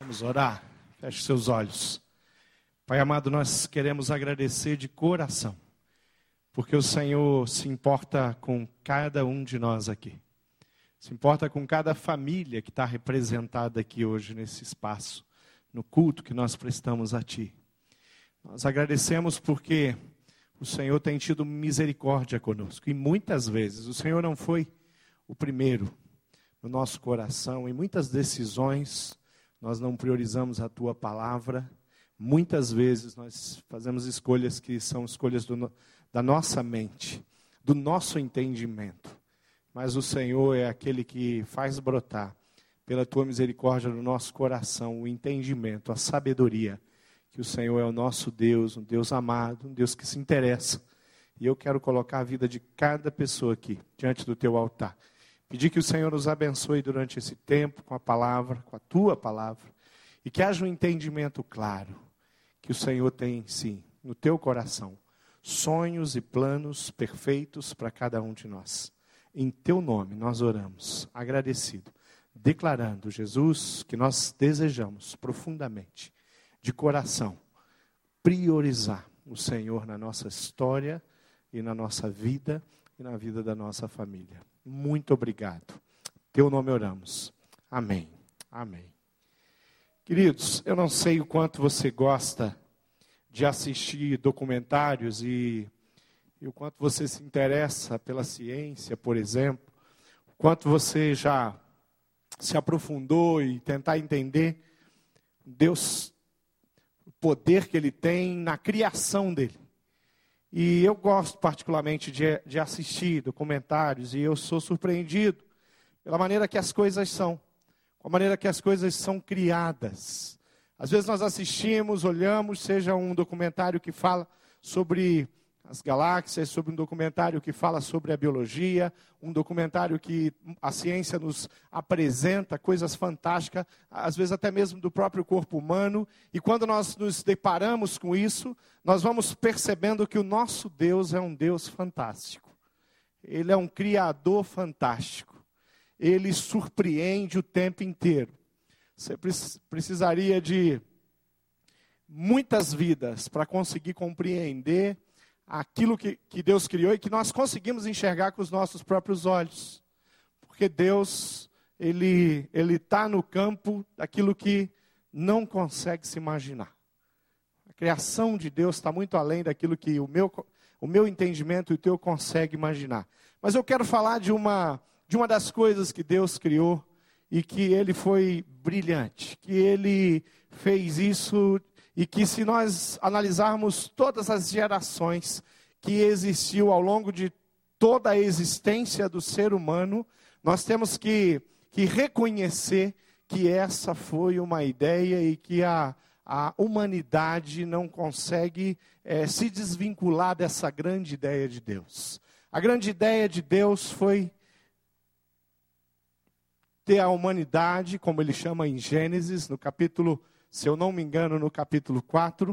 Vamos orar. Feche seus olhos. Pai amado, nós queremos agradecer de coração, porque o Senhor se importa com cada um de nós aqui. Se importa com cada família que está representada aqui hoje nesse espaço, no culto que nós prestamos a Ti. Nós agradecemos porque o Senhor tem tido misericórdia conosco. E muitas vezes o Senhor não foi o primeiro no nosso coração. Em muitas decisões nós não priorizamos a Tua palavra. Muitas vezes nós fazemos escolhas que são escolhas da nossa mente, do nosso entendimento. Mas o Senhor é aquele que faz brotar, pela Tua misericórdia no nosso coração, o entendimento, a sabedoria, que o Senhor é o nosso Deus, um Deus amado, um Deus que se interessa. E eu quero colocar a vida de cada pessoa aqui, diante do Teu altar. Pedir que o Senhor nos abençoe durante esse tempo, com a palavra, com a Tua palavra, e que haja um entendimento claro, que o Senhor tem, sim, no Teu coração, sonhos e planos perfeitos para cada um de nós. Em Teu nome nós oramos, agradecido, declarando, Jesus, que nós desejamos profundamente, de coração, priorizar o Senhor na nossa história e na nossa vida e na vida da nossa família. Muito obrigado. Em Teu nome oramos. Amém. Amém. Queridos, eu não sei o quanto você gosta de assistir documentários e o quanto você se interessa pela ciência, por exemplo, o quanto você já se aprofundou e tentar entender Deus, o poder que Ele tem na criação dEle. E eu gosto particularmente de assistir documentários e eu sou surpreendido pela maneira que as coisas são, com a maneira que as coisas são criadas. Às vezes nós assistimos, olhamos, seja um documentário que fala sobre as galáxias, sobre um documentário que fala sobre a biologia, um documentário que a ciência nos apresenta coisas fantásticas, às vezes até mesmo do próprio corpo humano. E quando nós nos deparamos com isso, nós vamos percebendo que o nosso Deus é um Deus fantástico. Ele é um Criador fantástico. Ele surpreende o tempo inteiro. Você precisaria de muitas vidas para conseguir compreender aquilo que Deus criou e que nós conseguimos enxergar com os nossos próprios olhos. Porque Deus, Ele está no campo daquilo que não consegue se imaginar. A criação de Deus está muito além daquilo que o meu entendimento e o teu consegue imaginar. Mas eu quero falar de uma das coisas que Deus criou e que Ele foi brilhante, que Ele fez isso. E que se nós analisarmos todas as gerações que existiu ao longo de toda a existência do ser humano, nós temos que reconhecer que essa foi uma ideia e que a humanidade não consegue se desvincular dessa grande ideia de Deus. A grande ideia de Deus foi ter a humanidade, como Ele chama em Gênesis, no capítulo, se eu não me engano, no capítulo 4,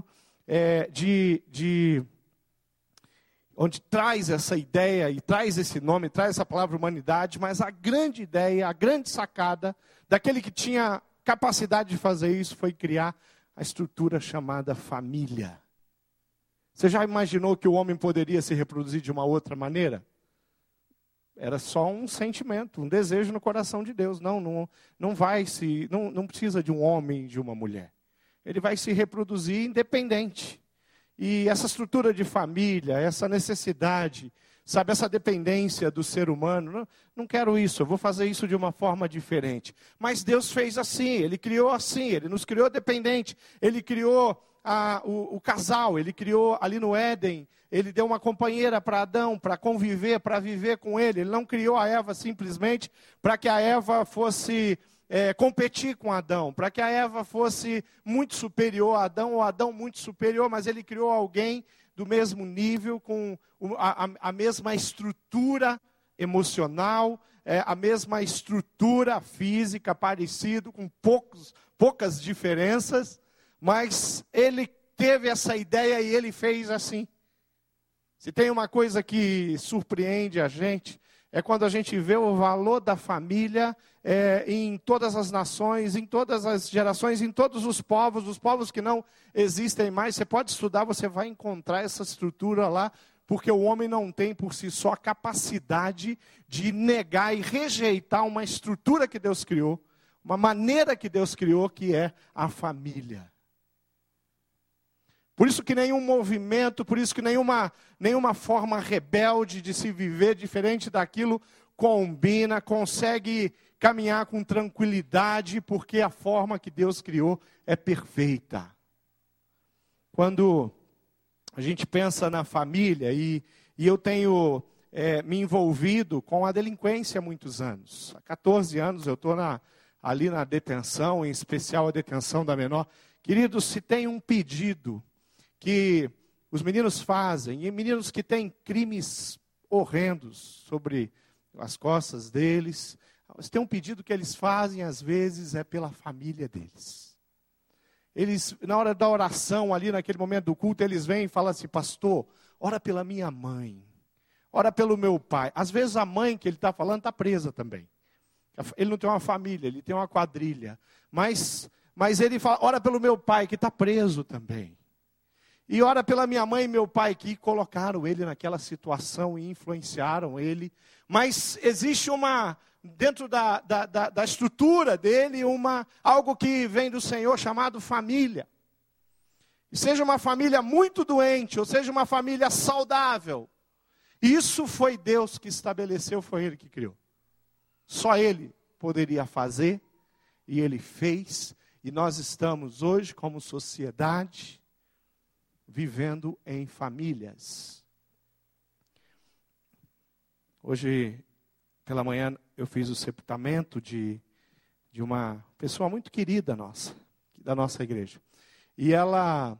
onde traz essa ideia e traz esse nome, traz essa palavra humanidade, mas a grande ideia, a grande sacada daquele que tinha capacidade de fazer isso foi criar a estrutura chamada família. Você já imaginou que o homem poderia se reproduzir de uma outra maneira? Era só um sentimento, um desejo no coração de Deus. Não precisa de um homem e de uma mulher. Ele vai se reproduzir independente. E essa estrutura de família, essa necessidade, sabe, essa dependência do ser humano, não quero isso, eu vou fazer isso de uma forma diferente. Mas Deus fez assim, Ele criou assim, Ele nos criou dependente, Ele criou o casal, Ele criou ali no Éden, Ele deu uma companheira para Adão, para conviver, para viver com ele. Ele não criou a Eva simplesmente para que a Eva fosse competir com Adão, para que a Eva fosse muito superior a Adão, ou Adão muito superior, mas Ele criou alguém do mesmo nível, com a mesma estrutura emocional, a mesma estrutura física, parecido, com poucas diferenças, mas Ele teve essa ideia e Ele fez assim. Se tem uma coisa que surpreende a gente, É quando a gente vê o valor da família em todas as nações, em todas as gerações, em todos os povos que não existem mais. Você pode estudar, você vai encontrar essa estrutura lá, porque o homem não tem por si só a capacidade de negar e rejeitar uma estrutura que Deus criou, uma maneira que Deus criou, que é a família. Por isso que nenhum movimento, por isso que nenhuma forma rebelde de se viver diferente daquilo combina, consegue caminhar com tranquilidade, porque a forma que Deus criou é perfeita. Quando a gente pensa na família, e eu tenho me envolvido com a delinquência há muitos anos. Há 14 anos eu estou ali na detenção, em especial a detenção da menor. Queridos, se tem um pedido que os meninos fazem, e meninos que têm crimes horrendos sobre as costas deles, se tem um pedido que eles fazem, às vezes, é pela família deles. Eles, na hora da oração, ali naquele momento do culto, eles vêm e falam assim: pastor, ora pela minha mãe, ora pelo meu pai. Às vezes a mãe que ele está falando está presa também. Ele não tem uma família, ele tem uma quadrilha. Mas ele fala: ora pelo meu pai que está preso também. E ora pela minha mãe e meu pai que colocaram ele naquela situação e influenciaram ele. Mas existe dentro da estrutura dele, algo que vem do Senhor chamado família. E seja uma família muito doente, ou seja uma família saudável. Isso foi Deus que estabeleceu, foi Ele que criou. Só Ele poderia fazer, e Ele fez. E nós estamos hoje como sociedade vivendo em famílias. Hoje, pela manhã, eu fiz o sepultamento de uma pessoa muito querida nossa, da nossa igreja. E ela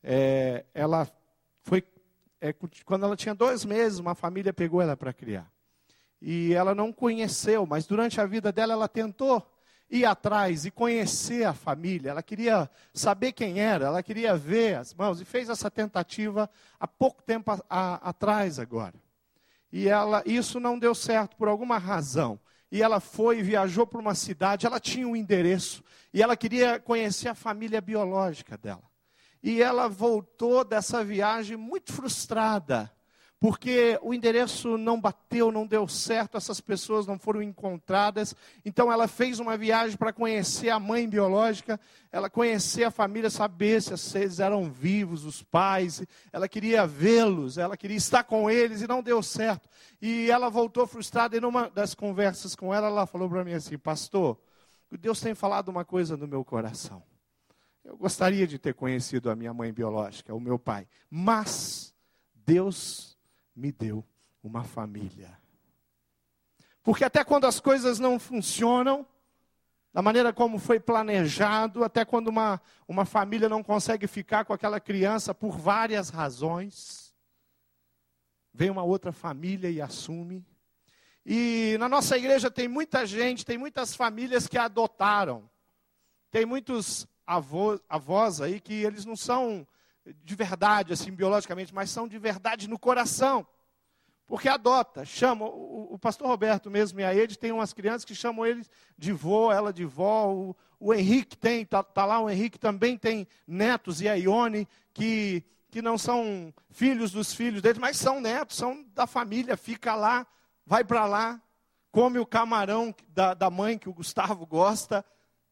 foi, quando ela tinha 2 meses, uma família pegou ela para criar. E ela não conheceu, mas durante a vida dela, ela tentou ir atrás e conhecer a família. Ela queria saber quem era, ela queria ver as mãos, e fez essa tentativa há pouco tempo atrás agora. E isso não deu certo por alguma razão. E ela viajou para uma cidade, ela tinha um endereço, e ela queria conhecer a família biológica dela. E ela voltou dessa viagem muito frustrada, porque o endereço não bateu, não deu certo, essas pessoas não foram encontradas. Então ela fez uma viagem para conhecer a mãe biológica, ela conhecer a família, saber se eles eram vivos, os pais. Ela queria vê-los, ela queria estar com eles e não deu certo. E ela voltou frustrada, e numa das conversas com ela falou para mim assim: pastor, Deus tem falado uma coisa no meu coração. Eu gostaria de ter conhecido a minha mãe biológica, o meu pai, mas Deus me deu uma família. Porque até quando as coisas não funcionam da maneira como foi planejado, até quando uma família não consegue ficar com aquela criança por várias razões, vem uma outra família e assume. E na nossa igreja tem muita gente, tem muitas famílias que adotaram. Tem muitos avós aí que eles não são de verdade, assim, biologicamente, mas são de verdade no coração. Porque adota, chama, o pastor Roberto mesmo e a Ed tem umas crianças que chamam eles de vô, ela de vó, o Henrique tá lá, o Henrique também tem netos, e a Ione, que não são filhos dos filhos deles, mas são netos, são da família, fica lá, vai para lá, come o camarão da mãe que o Gustavo gosta.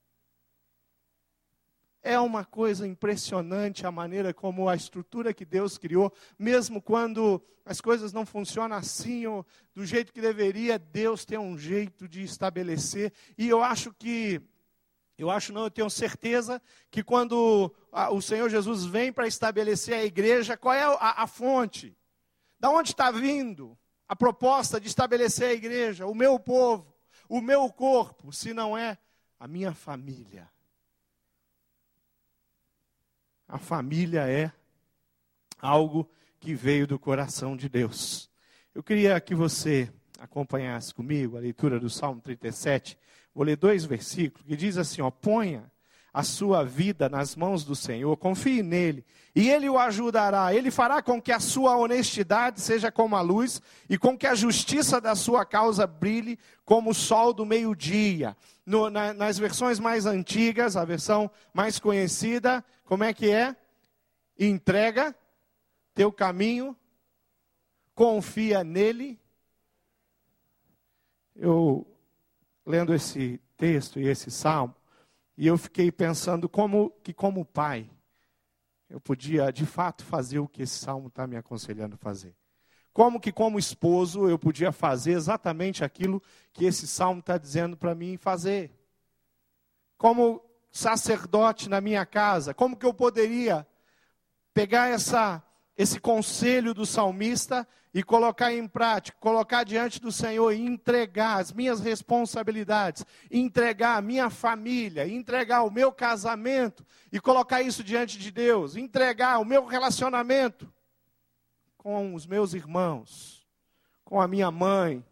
É uma coisa impressionante a maneira como a estrutura que Deus criou, mesmo quando as coisas não funcionam assim ou do jeito que deveria, Deus tem um jeito de estabelecer. E eu tenho certeza que quando o Senhor Jesus vem para estabelecer a igreja, qual é a fonte? Da onde está vindo a proposta de estabelecer a igreja, o meu povo, o meu corpo, se não é a minha família? A família é algo que veio do coração de Deus. Eu queria que você acompanhasse comigo a leitura do Salmo 37. Vou ler 2 versículos que diz assim: ponha a sua vida nas mãos do Senhor, confie nele, e ele o ajudará. Ele fará com que a sua honestidade seja como a luz, e com que a justiça da sua causa brilhe como o sol do meio-dia. Nas versões mais antigas, a versão mais conhecida, como é que é? Entrega teu caminho, confia nele. Eu, lendo esse texto e esse salmo, e eu fiquei pensando como pai, eu podia de fato fazer o que esse salmo está me aconselhando a fazer. Como esposo eu podia fazer exatamente aquilo que esse salmo está dizendo para mim fazer. Como sacerdote na minha casa, como que eu poderia pegar esse conselho do salmista e colocar em prática, colocar diante do Senhor e entregar as minhas responsabilidades, entregar a minha família, entregar o meu casamento e colocar isso diante de Deus, entregar o meu relacionamento com os meus irmãos, com a minha mãe.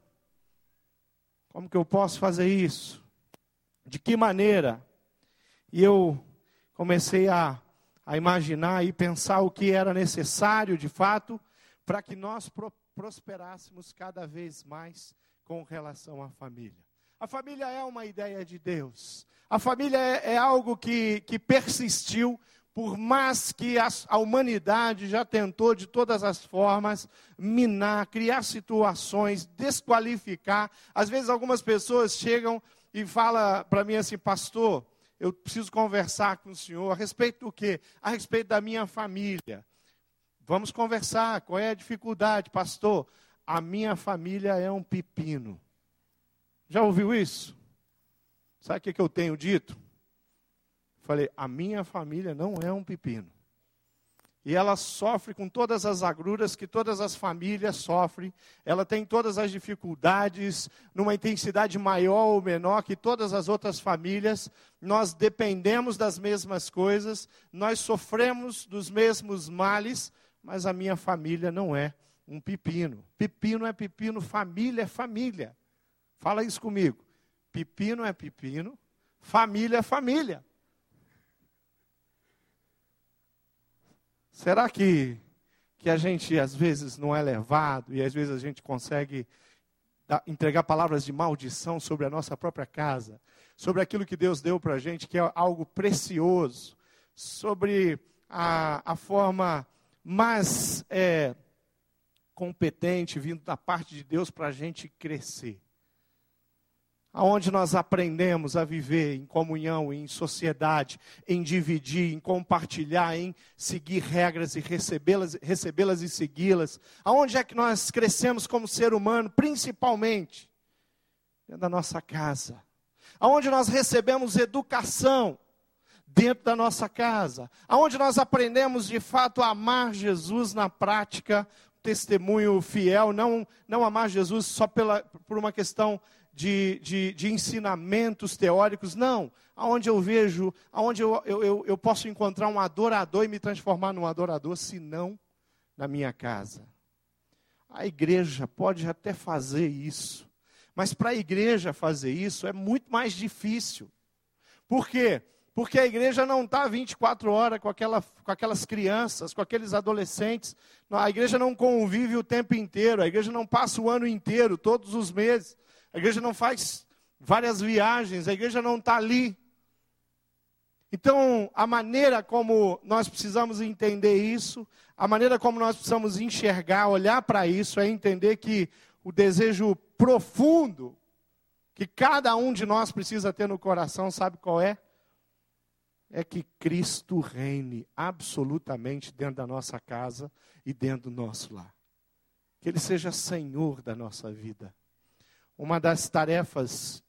Como que eu posso fazer isso? De que maneira? E eu comecei a imaginar e pensar o que era necessário, de fato, para que nós prosperássemos cada vez mais com relação à família. A família é uma ideia de Deus. A família é algo que persistiu, por mais que a humanidade já tentou de todas as formas minar, criar situações, desqualificar. Às vezes algumas pessoas chegam e falam para mim assim: pastor, eu preciso conversar com o senhor a respeito do quê? A respeito da minha família. Vamos conversar, qual é a dificuldade? Pastor, a minha família é um pepino. Já ouviu isso? Sabe o que eu tenho dito? Falei, a minha família não é um pepino. E ela sofre com todas as agruras que todas as famílias sofrem. Ela tem todas as dificuldades, numa intensidade maior ou menor que todas as outras famílias. Nós dependemos das mesmas coisas, nós sofremos dos mesmos males, mas a minha família não é um pepino. Pepino é pepino, família é família. Fala isso comigo. Pepino é pepino, família é família. Será que a gente às vezes não é levado e às vezes a gente consegue entregar palavras de maldição sobre a nossa própria casa, sobre aquilo que Deus deu para a gente, que é algo precioso, sobre a forma mais competente vindo da parte de Deus para a gente crescer? Aonde nós aprendemos a viver em comunhão, em sociedade, em dividir, em compartilhar, em seguir regras e recebê-las e segui-las. Aonde é que nós crescemos como ser humano, principalmente dentro da nossa casa. Aonde nós recebemos educação dentro da nossa casa. Aonde nós aprendemos de fato a amar Jesus na prática, testemunho fiel, não amar Jesus só por uma questão de ensinamentos teóricos, não. Aonde eu vejo, aonde eu posso encontrar um adorador e me transformar num adorador, se não na minha casa. A igreja pode até fazer isso, mas para a igreja fazer isso é muito mais difícil. Por quê? Porque a igreja não está 24 horas com aquelas crianças, com aqueles adolescentes. A igreja não convive o tempo inteiro, a igreja não passa o ano inteiro, todos os meses. A igreja não faz várias viagens, a igreja não está ali. Então, a maneira como nós precisamos entender isso, a maneira como nós precisamos enxergar, olhar para isso, é entender que o desejo profundo que cada um de nós precisa ter no coração, sabe qual é? É que Cristo reine absolutamente dentro da nossa casa e dentro do nosso lar. Que Ele seja Senhor da nossa vida. Uma das tarefas,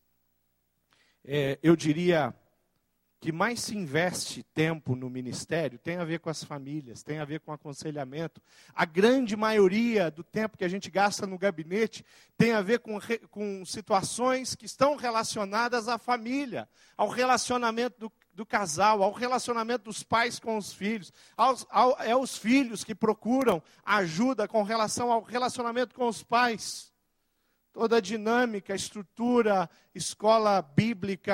eu diria, que mais se investe tempo no ministério, tem a ver com as famílias, tem a ver com aconselhamento. A grande maioria do tempo que a gente gasta no gabinete tem a ver com situações que estão relacionadas à família, ao relacionamento do casal, ao relacionamento dos pais com os filhos, aos filhos que procuram ajuda com relação ao relacionamento com os pais. Toda a dinâmica, a estrutura, escola bíblica,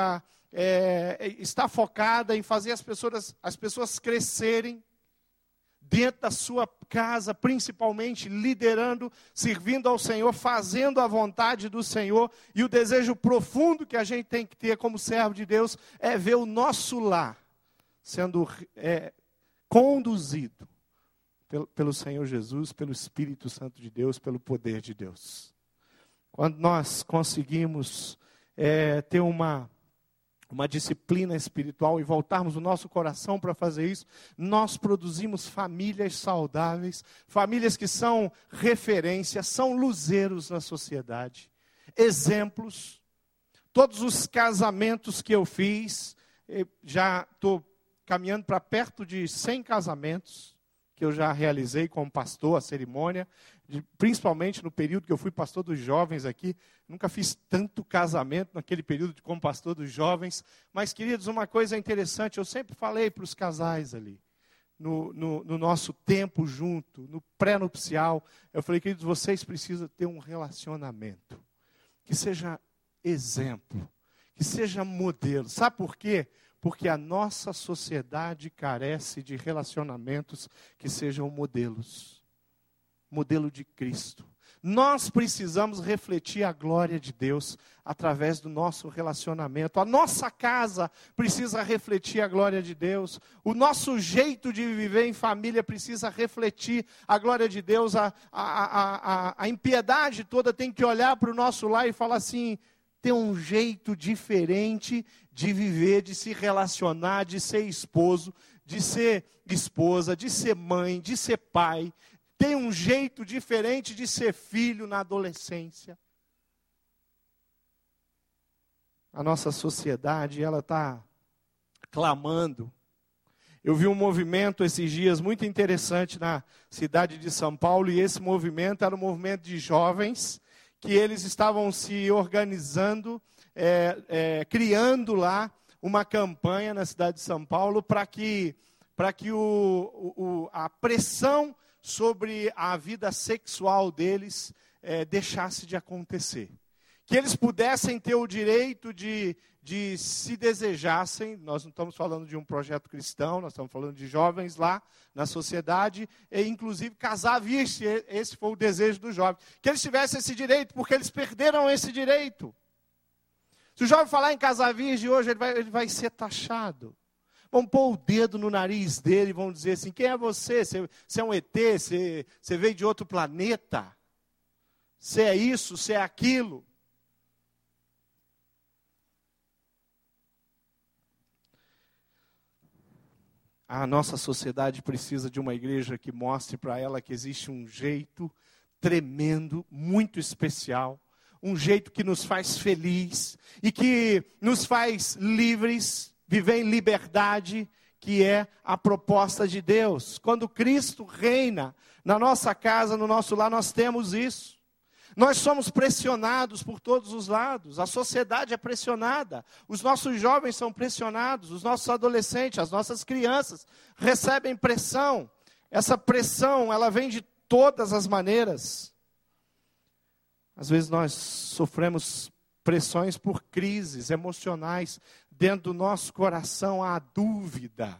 está focada em fazer as pessoas crescerem dentro da sua casa, principalmente liderando, servindo ao Senhor, fazendo a vontade do Senhor. E o desejo profundo que a gente tem que ter como servo de Deus é ver o nosso lar sendo conduzido pelo Senhor Jesus, pelo Espírito Santo de Deus, pelo poder de Deus. Quando nós conseguimos ter uma disciplina espiritual e voltarmos o nosso coração para fazer isso, nós produzimos famílias saudáveis, famílias que são referências, são luzeiros na sociedade, exemplos. Todos os casamentos que eu fiz, já estou caminhando para perto de 100 casamentos, que eu já realizei como pastor, a cerimônia, principalmente no período que eu fui pastor dos jovens aqui. Nunca fiz tanto casamento naquele período como pastor dos jovens. Mas, queridos, uma coisa interessante, eu sempre falei para os casais ali, no nosso tempo junto, no pré-nupcial, eu falei, queridos, vocês precisam ter um relacionamento que seja exemplo, que seja modelo. Sabe por quê? Porque a nossa sociedade carece de relacionamentos que sejam modelos. Modelo de Cristo. Nós precisamos refletir a glória de Deus através do nosso relacionamento. A nossa casa precisa refletir a glória de Deus. O nosso jeito de viver em família precisa refletir a glória de Deus. A impiedade toda tem que olhar para o nosso lar e falar assim, tem um jeito diferente de viver, de se relacionar, de ser esposo, de ser esposa, de ser mãe, de ser pai. Tem um jeito diferente de ser filho na adolescência. A nossa sociedade, ela está clamando. Eu vi um movimento esses dias muito interessante na cidade de São Paulo, e esse movimento era um movimento de jovens, que eles estavam se organizando, criando lá uma campanha na cidade de São Paulo para que a pressão sobre a vida sexual deles deixasse de acontecer. Que eles pudessem ter o direito de se desejassem. Nós não estamos falando de um projeto cristão, nós estamos falando de jovens lá na sociedade, e inclusive casar virgem, esse foi o desejo dos jovens. Que eles tivessem esse direito, porque eles perderam esse direito. Se o jovem falar em casar virgem hoje, ele vai ser taxado. Vão pôr o dedo no nariz dele e vão dizer assim, quem é você? Você é um ET? Você veio de outro planeta? Você é isso? Você é aquilo? A nossa sociedade precisa de uma igreja que mostre para ela que existe um jeito tremendo, muito especial, um jeito que nos faz feliz e que nos faz livres, viver em liberdade, que é a proposta de Deus. Quando Cristo reina na nossa casa, no nosso lar, nós temos isso. Nós somos pressionados por todos os lados, a sociedade é pressionada, os nossos jovens são pressionados, os nossos adolescentes, as nossas crianças recebem pressão. Essa pressão, ela vem de todas as maneiras. Às vezes nós sofremos pressões por crises emocionais, dentro do nosso coração há dúvida.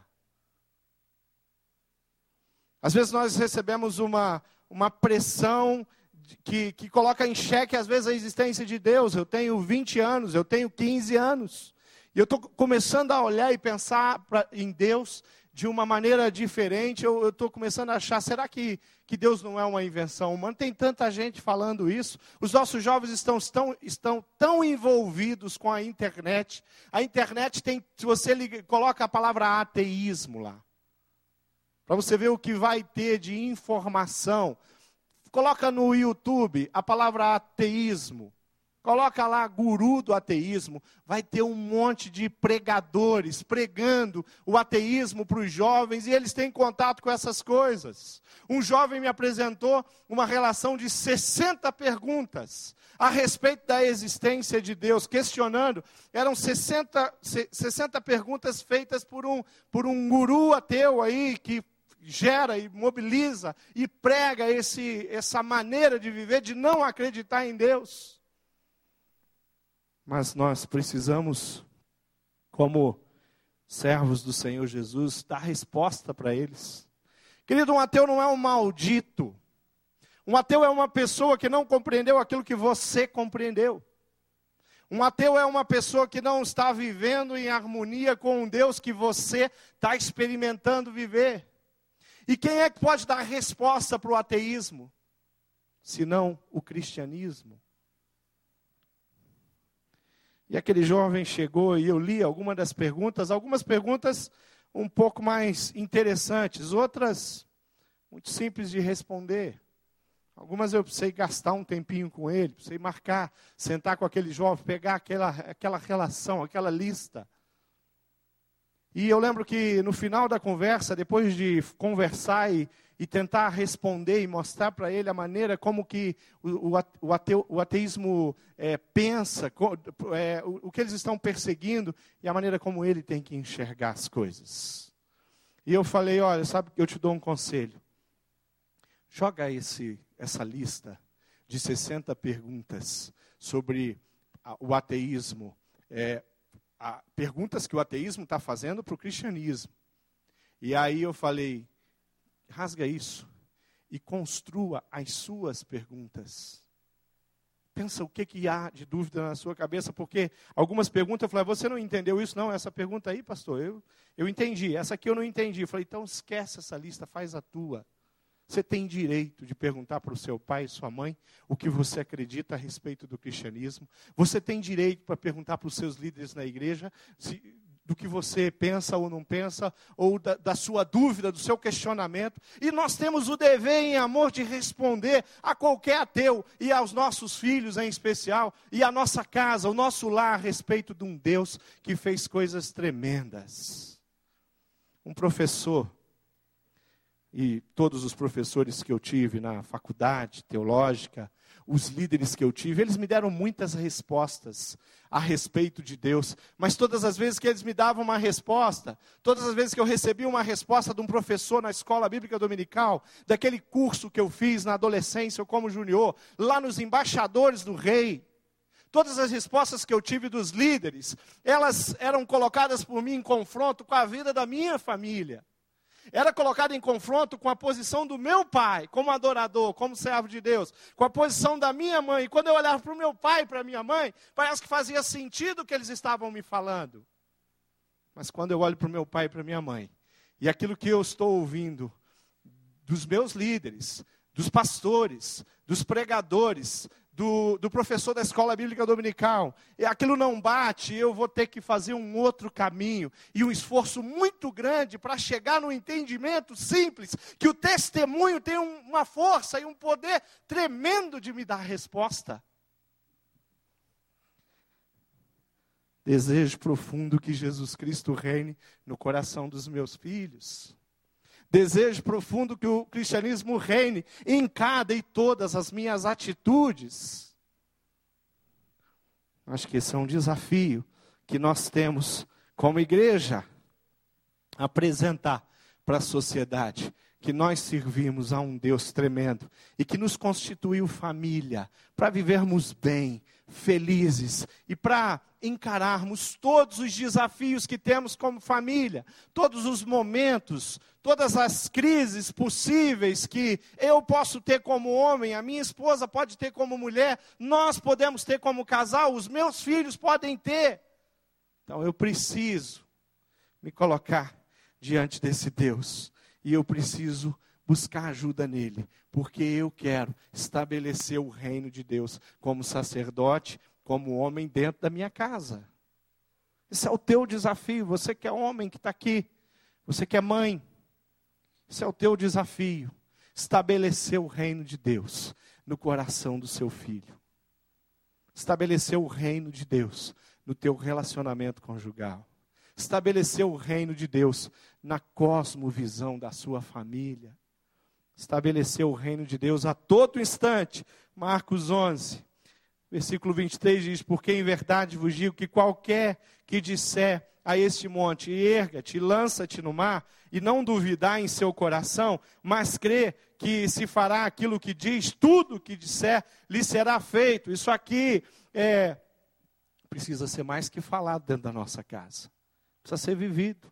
Às vezes nós recebemos uma pressão que coloca em xeque, às vezes, a existência de Deus. Eu tenho 20 anos, eu tenho 15 anos. E eu estou começando a olhar e pensar em Deus de uma maneira diferente. Eu estou começando a achar, será que Deus não é uma invenção humana? Tem tanta gente falando isso. Os nossos jovens estão tão envolvidos com a internet. A internet tem, se você coloca a palavra ateísmo lá, para você ver o que vai ter de informação. Coloca no YouTube a palavra ateísmo. Coloca lá guru do ateísmo. Vai ter um monte de pregadores pregando o ateísmo para os jovens. E eles têm contato com essas coisas. Um jovem me apresentou uma relação de 60 perguntas a respeito da existência de Deus. Questionando. Eram 60 perguntas feitas por um guru ateu aí que gera e mobiliza e prega essa maneira de viver, de não acreditar em Deus. Mas nós precisamos como servos do Senhor Jesus, dar resposta para eles. Querido, um ateu não é um maldito. Um ateu é uma pessoa que não compreendeu aquilo que você compreendeu. Um ateu é uma pessoa que não está vivendo em harmonia com um Deus que você está experimentando viver. E quem é que pode dar resposta para o ateísmo? Senão o cristianismo. E aquele jovem chegou e eu li algumas perguntas um pouco mais interessantes, outras muito simples de responder. Algumas eu precisei gastar um tempinho com ele, precisei marcar, sentar com aquele jovem, pegar aquela relação, aquela lista. E eu lembro que no final da conversa, depois de conversar e tentar responder e mostrar para ele a maneira como que o ateísmo pensa, o que eles estão perseguindo e a maneira como ele tem que enxergar as coisas. E eu falei, olha, sabe, eu te dou um conselho. Joga essa lista de 60 perguntas sobre o ateísmo, perguntas que o ateísmo está fazendo para o cristianismo. E aí eu falei, rasga isso e construa as suas perguntas. Pensa o que há de dúvida na sua cabeça, porque algumas perguntas eu falei, você não entendeu isso? Não, essa pergunta aí, pastor, eu entendi, essa aqui eu não entendi. Eu falei, então esquece essa lista, faz a tua. Você tem direito de perguntar para o seu pai e sua mãe o que você acredita a respeito do cristianismo. Você tem direito para perguntar para os seus líderes na igreja do que você pensa ou não pensa, ou da sua dúvida, do seu questionamento. E nós temos o dever em amor de responder a qualquer ateu, e aos nossos filhos em especial, e à nossa casa, o nosso lar, a respeito de um Deus que fez coisas tremendas. Um professor, e todos os professores que eu tive na faculdade teológica, os líderes que eu tive, eles me deram muitas respostas a respeito de Deus. Mas todas as vezes que eles me davam uma resposta, todas as vezes que eu recebi uma resposta de um professor na escola bíblica dominical, daquele curso que eu fiz na adolescência ou como junior, lá nos embaixadores do rei, todas as respostas que eu tive dos líderes, elas eram colocadas por mim em confronto com a vida da minha família. Era colocado em confronto com a posição do meu pai, como adorador, como servo de Deus, com a posição da minha mãe. E quando eu olhava para o meu pai e para a minha mãe, parece que fazia sentido o que eles estavam me falando. Mas quando eu olho para o meu pai e para a minha mãe, e aquilo que eu estou ouvindo dos meus líderes, dos pastores, dos pregadores, do professor da escola bíblica dominical, e aquilo não bate, eu vou ter que fazer um outro caminho, e um esforço muito grande para chegar no entendimento simples, que o testemunho tem uma força e um poder tremendo de me dar resposta. Desejo profundo que Jesus Cristo reine no coração dos meus filhos. Desejo profundo que o cristianismo reine em cada e todas as minhas atitudes. Acho que esse é um desafio que nós temos como igreja. Apresentar para a sociedade que nós servimos a um Deus tremendo e que nos constituiu família para vivermos bem, felizes e para encararmos todos os desafios que temos como família, todos os momentos, todas as crises possíveis que eu posso ter como homem, a minha esposa pode ter como mulher, nós podemos ter como casal, os meus filhos podem ter. Então eu preciso me colocar diante desse Deus e eu preciso buscar ajuda nele, porque eu quero estabelecer o reino de Deus como sacerdote, como homem dentro da minha casa. Esse é o teu desafio, você que é homem que está aqui, você que é mãe, esse é o teu desafio, estabelecer o reino de Deus no coração do seu filho. Estabelecer o reino de Deus no teu relacionamento conjugal. Estabelecer o reino de Deus na cosmovisão da sua família. Estabelecer o reino de Deus a todo instante. Marcos 11, versículo 23 diz, porque em verdade vos digo que qualquer que disser a este monte, erga-te, lança-te no mar, e não duvidar em seu coração, mas crer que se fará aquilo que diz, tudo o que disser lhe será feito. Isso aqui precisa ser mais que falado dentro da nossa casa. precisa ser vivido.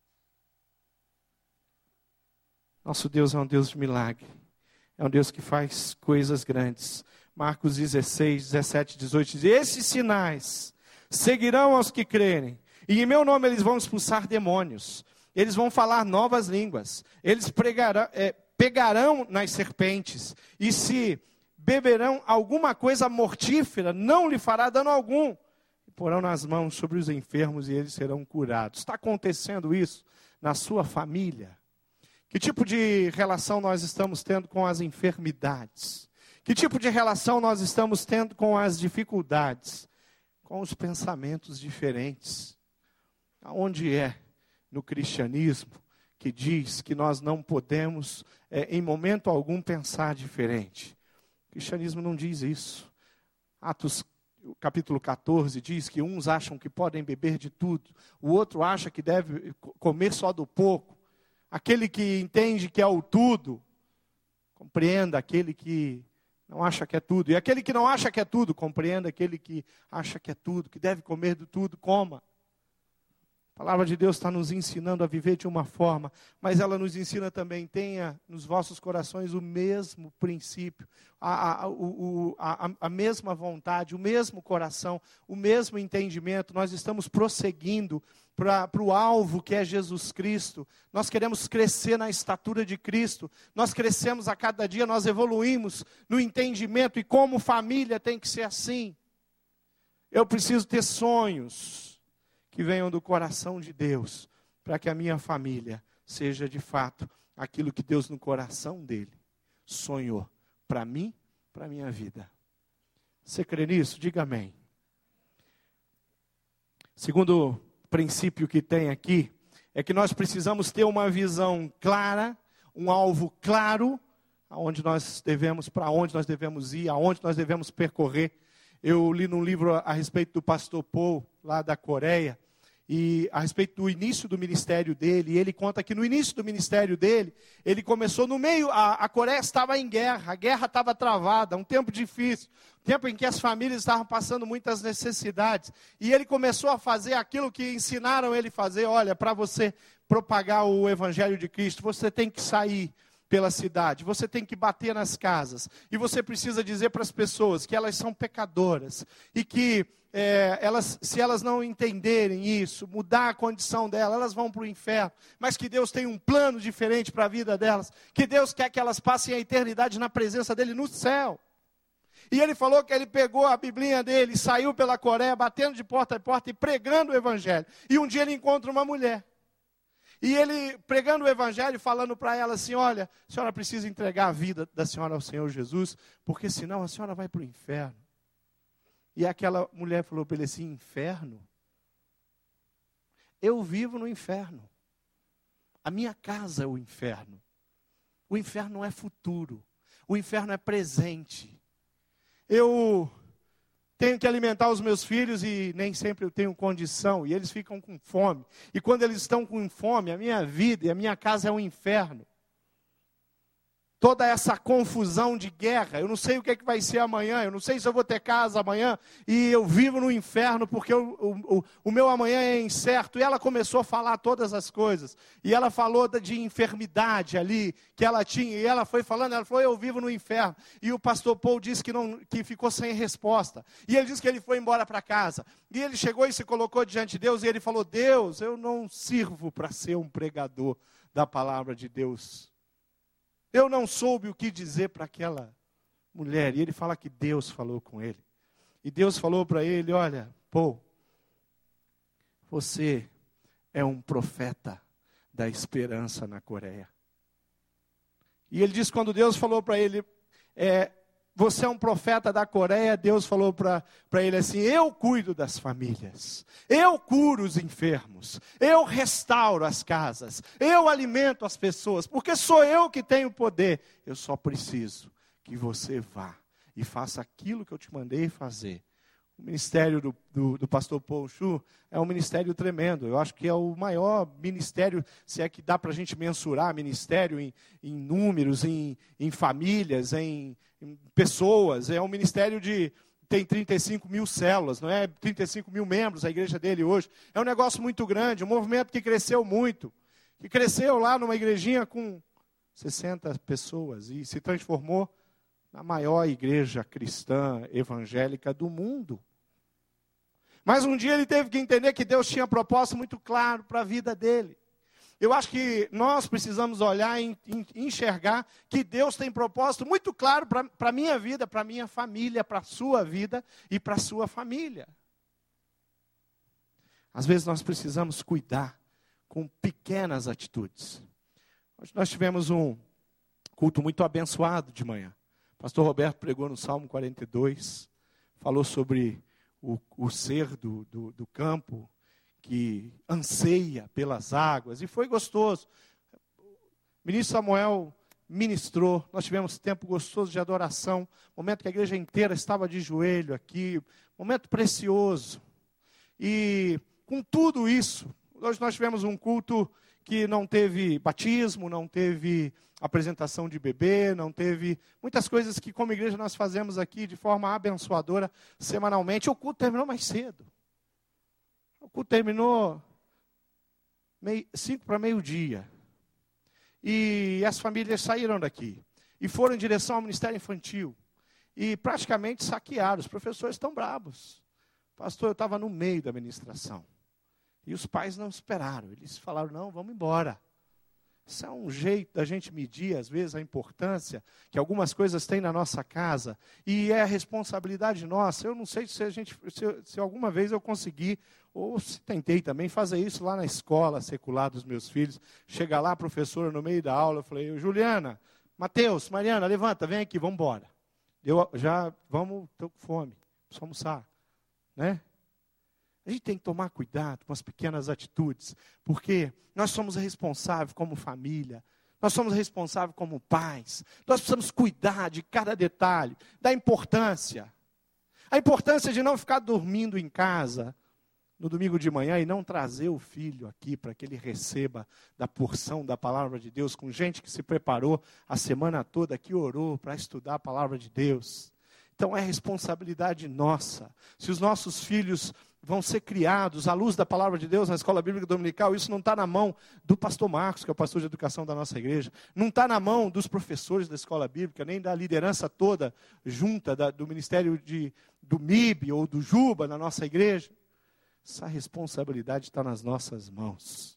Nosso Deus é um Deus de milagre. É um Deus que faz coisas grandes. Marcos 16, 17, 18 diz: esses sinais seguirão aos que crerem. E em meu nome eles vão expulsar demônios. Eles vão falar novas línguas. Eles pegarão nas serpentes. E se beberão alguma coisa mortífera, não lhe fará dano algum. Porão nas mãos sobre os enfermos e eles serão curados. Está acontecendo isso na sua família? Que tipo de relação nós estamos tendo com as enfermidades? Que tipo de relação nós estamos tendo com as dificuldades? Com os pensamentos diferentes. Aonde é no cristianismo que diz que nós não podemos, em momento algum, pensar diferente? O cristianismo não diz isso. Atos capítulo 14 diz que uns acham que podem beber de tudo, o outro acha que deve comer só do pouco. Aquele que entende que é o tudo, compreenda aquele que não acha que é tudo. E aquele que não acha que é tudo, compreenda aquele que acha que é tudo, que deve comer de tudo, coma. A palavra de Deus está nos ensinando a viver de uma forma, mas ela nos ensina também: tenha nos vossos corações o mesmo princípio, a mesma vontade, o mesmo coração, o mesmo entendimento. Nós estamos prosseguindo para o alvo que é Jesus Cristo. Nós queremos crescer na estatura de Cristo. Nós crescemos a cada dia, nós evoluímos no entendimento, e como família tem que ser assim. Eu preciso ter sonhos que venham do coração de Deus, para que a minha família seja de fato aquilo que Deus no coração dele sonhou para mim, para a minha vida. Você crê nisso? Diga amém. Segundo princípio que tem aqui, é que nós precisamos ter uma visão clara, um alvo claro, aonde nós devemos, para onde nós devemos ir, aonde nós devemos percorrer. Eu li num livro a respeito do pastor Paul, lá da Coreia, e a respeito do início do ministério dele. E ele conta que no início do ministério dele, ele começou no meio, a Coreia estava em guerra, a guerra estava travada, um tempo difícil, um tempo em que as famílias estavam passando muitas necessidades. E ele começou a fazer aquilo que ensinaram ele a fazer. Olha, para você propagar o evangelho de Cristo, você tem que sair pela cidade, você tem que bater nas casas, e você precisa dizer para as pessoas que elas são pecadoras, e que se elas não entenderem isso, mudar a condição delas, elas vão para o inferno, mas que Deus tem um plano diferente para a vida delas, que Deus quer que elas passem a eternidade na presença dEle no céu. E ele falou que ele pegou a Biblinha dele, saiu pela Coreia, batendo de porta em porta e pregando o evangelho, e um dia ele encontra uma mulher, e ele pregando o evangelho, falando para ela assim: olha, a senhora precisa entregar a vida da senhora ao Senhor Jesus, porque senão a senhora vai para o inferno. E aquela mulher falou para ele assim: inferno? Eu vivo no inferno. A minha casa é o inferno. O inferno não é futuro. O inferno é presente. Eu tenho que alimentar os meus filhos e nem sempre eu tenho condição, e eles ficam com fome. E quando eles estão com fome, a minha vida e a minha casa é um inferno. Toda essa confusão de guerra, eu não sei o que é que vai ser amanhã, eu não sei se eu vou ter casa amanhã, e eu vivo no inferno porque o meu amanhã é incerto. E ela começou a falar todas as coisas, e ela falou de enfermidade ali, que ela tinha, e ela foi falando, ela falou: eu vivo no inferno. E o pastor Paul disse que ficou sem resposta, e ele disse que ele foi embora para casa, e ele chegou e se colocou diante de Deus, e ele falou: Deus, eu não sirvo para ser um pregador da palavra de Deus. Eu não soube o que dizer para aquela mulher. E ele fala que Deus falou com ele. E Deus falou para ele: olha, Paul, você é um profeta da esperança na Coreia. E ele diz, quando Deus falou para ele, você é um profeta da Coreia, Deus falou para ele assim: eu cuido das famílias, eu curo os enfermos, eu restauro as casas, eu alimento as pessoas, porque sou eu que tenho poder. Eu só preciso que você vá e faça aquilo que eu te mandei fazer. O ministério do pastor Paul Chu é um ministério tremendo. Eu acho que é o maior ministério, se é que dá para a gente mensurar ministério em números, em famílias, em pessoas. É um ministério tem 35 mil células, não é? 35 mil membros a igreja dele hoje. É um negócio muito grande, um movimento que cresceu muito. Que cresceu lá numa igrejinha com 60 pessoas e se transformou na maior igreja cristã evangélica do mundo. Mas um dia ele teve que entender que Deus tinha propósito muito claro para a vida dele. Eu acho que nós precisamos olhar e enxergar que Deus tem propósito muito claro para a minha vida, para a minha família, para a sua vida e para a sua família. Às vezes nós precisamos cuidar com pequenas atitudes. Hoje nós tivemos um culto muito abençoado de manhã. O pastor Roberto pregou no Salmo 42, falou sobre o ser do campo, que anseia pelas águas, e foi gostoso. O ministro Samuel ministrou, nós tivemos tempo gostoso de adoração, momento que a igreja inteira estava de joelho aqui, momento precioso. E com tudo isso, hoje nós tivemos um culto que não teve batismo, não teve apresentação de bebê, não teve muitas coisas que como igreja nós fazemos aqui de forma abençoadora semanalmente. O culto terminou mais cedo. O culto terminou 5 para meio-dia. E as famílias saíram daqui. E foram em direção ao Ministério Infantil. E praticamente saquearam. Os professores estão bravos. Pastor, eu estava no meio da ministração. E os pais não esperaram. Eles falaram, não, vamos embora. Isso é um jeito da gente medir, às vezes, a importância que algumas coisas têm na nossa casa. E é a responsabilidade nossa. Eu não sei se alguma vez eu consegui, ou se tentei também, fazer isso lá na escola secular dos meus filhos. Chega lá, a professora, no meio da aula, eu falei, Juliana, Mateus, Mariana, levanta, vem aqui, vamos embora. Estou com fome, preciso almoçar. Né? A gente tem que tomar cuidado com as pequenas atitudes, porque nós somos responsáveis como família, nós somos responsáveis como pais, nós precisamos cuidar de cada detalhe, da importância. A importância de não ficar dormindo em casa no domingo de manhã e não trazer o filho aqui para que ele receba da porção da palavra de Deus, com gente que se preparou a semana toda, que orou para estudar a palavra de Deus. Então é responsabilidade nossa. Se os nossos filhos vão ser criados à luz da palavra de Deus na escola bíblica dominical, isso não está na mão do pastor Marcos, que é o pastor de educação da nossa igreja, não está na mão dos professores da escola bíblica, nem da liderança toda junta do ministério do MIB ou do Juba na nossa igreja. Essa responsabilidade está nas nossas mãos.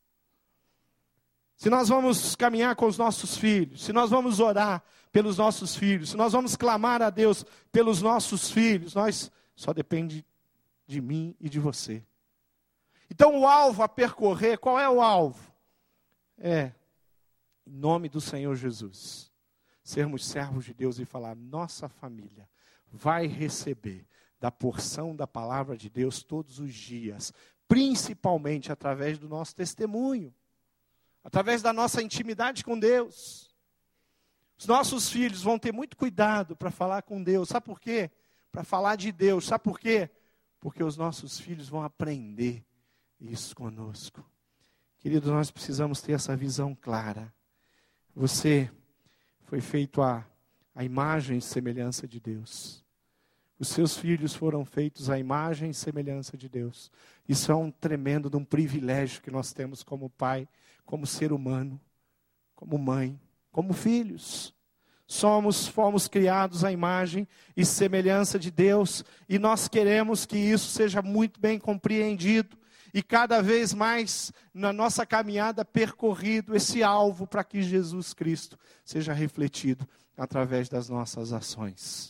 Se nós vamos caminhar com os nossos filhos, se nós vamos orar pelos nossos filhos, se nós vamos clamar a Deus pelos nossos filhos, só depende de mim e de você. Então o alvo a percorrer, qual é o alvo? Em nome do Senhor Jesus, sermos servos de Deus e falar, nossa família vai receber da porção da palavra de Deus todos os dias, principalmente através do nosso testemunho, através da nossa intimidade com Deus. Os nossos filhos vão ter muito cuidado para falar com Deus. Sabe por quê? Para falar de Deus. Sabe por quê? Porque os nossos filhos vão aprender isso conosco. Queridos, nós precisamos ter essa visão clara. Você foi feito à imagem e semelhança de Deus. Os seus filhos foram feitos à imagem e semelhança de Deus. Isso é um tremendo de um privilégio que nós temos como pai, como ser humano, como mãe, como filhos. Fomos criados à imagem e semelhança de Deus, e nós queremos que isso seja muito bem compreendido, e cada vez mais na nossa caminhada percorrido esse alvo para que Jesus Cristo seja refletido através das nossas ações.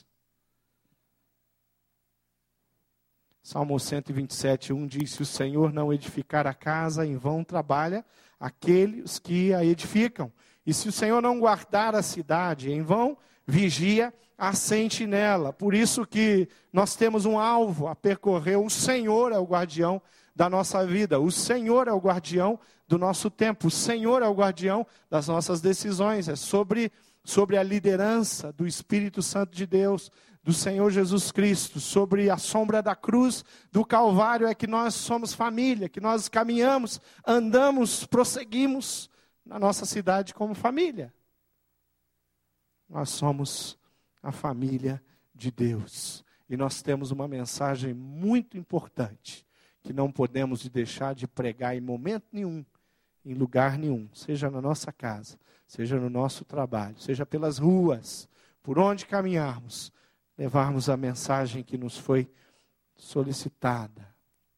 Salmo 127:1 diz, se o Senhor não edificar a casa, em vão trabalha aqueles que a edificam. E se o Senhor não guardar a cidade, em vão vigia a sentinela. Por isso que nós temos um alvo a percorrer. O Senhor é o guardião da nossa vida. O Senhor é o guardião do nosso tempo. O Senhor é o guardião das nossas decisões. É sobre a liderança do Espírito Santo de Deus, do Senhor Jesus Cristo, sobre a sombra da cruz do Calvário, é que nós somos família, que nós caminhamos, andamos, prosseguimos na nossa cidade como família. Nós somos a família de Deus. E nós temos uma mensagem muito importante, que não podemos deixar de pregar em momento nenhum, em lugar nenhum, seja na nossa casa, seja no nosso trabalho, seja pelas ruas, por onde caminharmos, levarmos a mensagem que nos foi solicitada.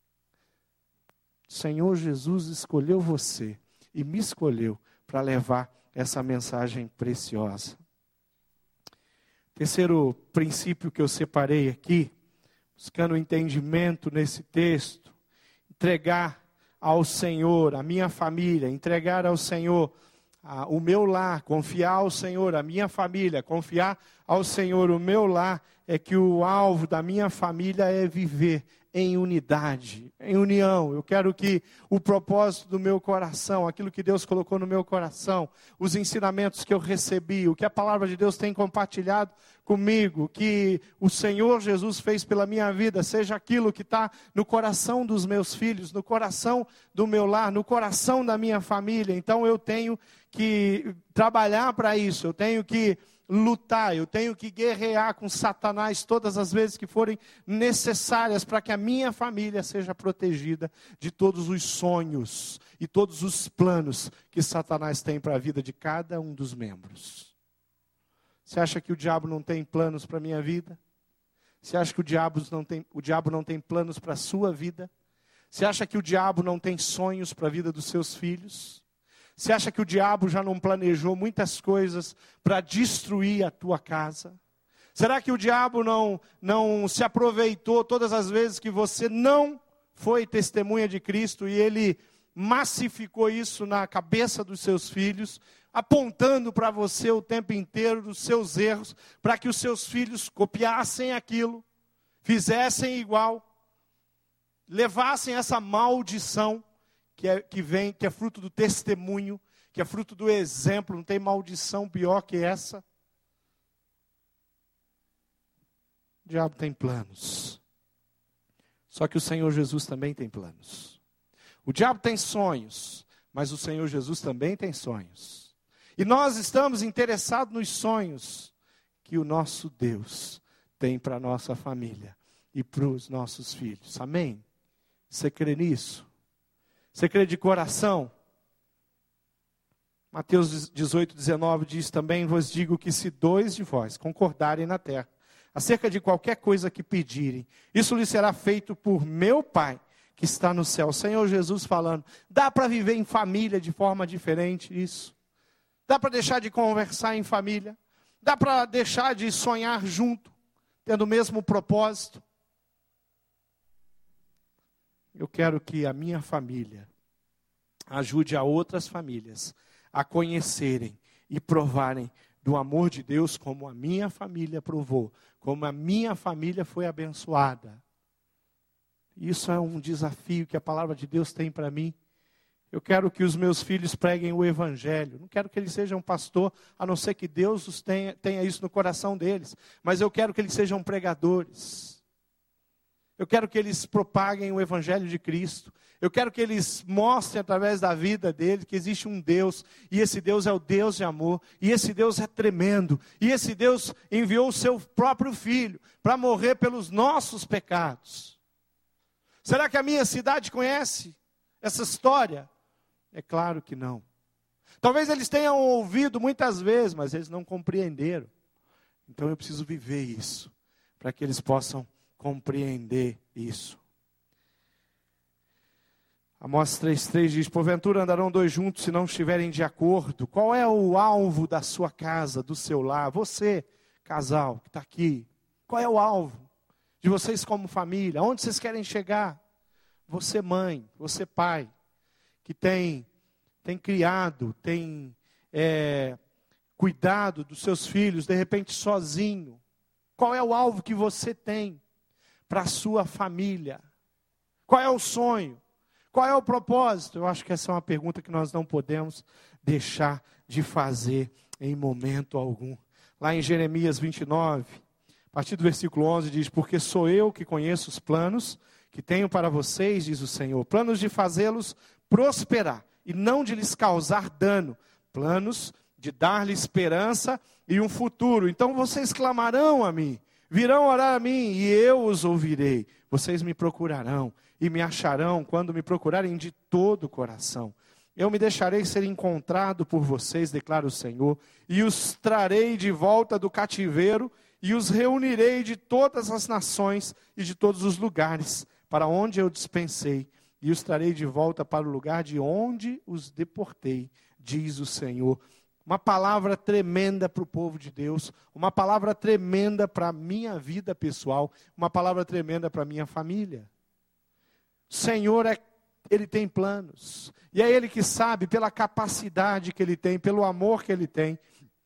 O Senhor Jesus escolheu você e me escolheu para levar essa mensagem preciosa. Terceiro princípio que eu separei aqui, buscando entendimento nesse texto, entregar ao Senhor a minha família, entregar ao Senhor o meu lar, confiar ao Senhor a minha família, confiar ao Senhor o meu lar, é que o alvo da minha família é viver em unidade, em união. Eu quero que o propósito do meu coração, aquilo que Deus colocou no meu coração, os ensinamentos que eu recebi, o que a palavra de Deus tem compartilhado comigo, que o Senhor Jesus fez pela minha vida, seja aquilo que está no coração dos meus filhos, no coração do meu lar, no coração da minha família. Então eu tenho que trabalhar para isso, eu tenho que lutar, eu tenho que guerrear com Satanás todas as vezes que forem necessárias para que a minha família seja protegida de todos os sonhos e todos os planos que Satanás tem para a vida de cada um dos membros. Você acha que o diabo não tem planos para a minha vida? Você acha que o diabo não tem planos para a sua vida? Você acha que o diabo não tem sonhos para a vida dos seus filhos? Você acha que o diabo já não planejou muitas coisas para destruir a tua casa? Será que o diabo não se aproveitou todas as vezes que você não foi testemunha de Cristo e ele massificou isso na cabeça dos seus filhos, apontando para você o tempo inteiro os seus erros, para que os seus filhos copiassem aquilo, fizessem igual, levassem essa maldição que é fruto do testemunho, que é fruto do exemplo? Não tem maldição pior que essa. O diabo tem planos. Só que o Senhor Jesus também tem planos. O diabo tem sonhos, mas o Senhor Jesus também tem sonhos. E nós estamos interessados nos sonhos que o nosso Deus tem para a nossa família e para os nossos filhos. Amém? Você crê nisso? Você crê de coração? Mateus 18:19 diz também: vos digo que se 2 de vós concordarem na terra, acerca de qualquer coisa que pedirem, isso lhe será feito por meu Pai, que está no céu. O Senhor Jesus falando, dá para viver em família de forma diferente isso? Dá para deixar de conversar em família? Dá para deixar de sonhar junto, tendo o mesmo propósito? Eu quero que a minha família ajude a outras famílias a conhecerem e provarem do amor de Deus como a minha família provou, como a minha família foi abençoada. Isso é um desafio que a palavra de Deus tem para mim. Eu quero que os meus filhos preguem o Evangelho. Não quero que eles sejam pastor, a não ser que Deus tenha isso no coração deles. Mas eu quero que eles sejam pregadores. Eu quero que eles propaguem o Evangelho de Cristo. Eu quero que eles mostrem através da vida deles que existe um Deus. E esse Deus é o Deus de amor. E esse Deus é tremendo. E esse Deus enviou o seu próprio Filho para morrer pelos nossos pecados. Será que a minha cidade conhece essa história? É claro que não. Talvez eles tenham ouvido muitas vezes, mas eles não compreenderam. Então eu preciso viver isso, para que eles possam compreender isso. Amós 3,3 diz: porventura andarão 2 juntos se não estiverem de acordo? Qual é o alvo da sua casa, do seu lar? Você, casal, que está aqui, qual é o alvo de vocês como família? Onde vocês querem chegar? Você mãe, você pai, que tem criado, tem cuidado dos seus filhos, de repente sozinho. Qual é o alvo que você tem para a sua família? Qual é o sonho? Qual é o propósito? Eu acho que essa é uma pergunta que nós não podemos deixar de fazer em momento algum. Lá em Jeremias 29, a partir do versículo 11, diz: porque sou eu que conheço os planos que tenho para vocês, diz o Senhor, planos de fazê-los prosperar e não de lhes causar dano, planos de dar-lhe esperança e um futuro. Então vocês clamarão a mim, Virão orar a mim e eu os ouvirei. Vocês me procurarão e me acharão quando me procurarem de todo o coração. Eu me deixarei ser encontrado por vocês, declara o Senhor, e os trarei de volta do cativeiro e os reunirei de todas as nações e de todos os lugares para onde eu dispensei, e os trarei de volta para o lugar de onde os deportei, diz o Senhor. Uma palavra tremenda para o povo de Deus, uma palavra tremenda para a minha vida pessoal, uma palavra tremenda para a minha família. O Senhor, Ele tem planos, e é Ele que sabe, pela capacidade que Ele tem, pelo amor que Ele tem,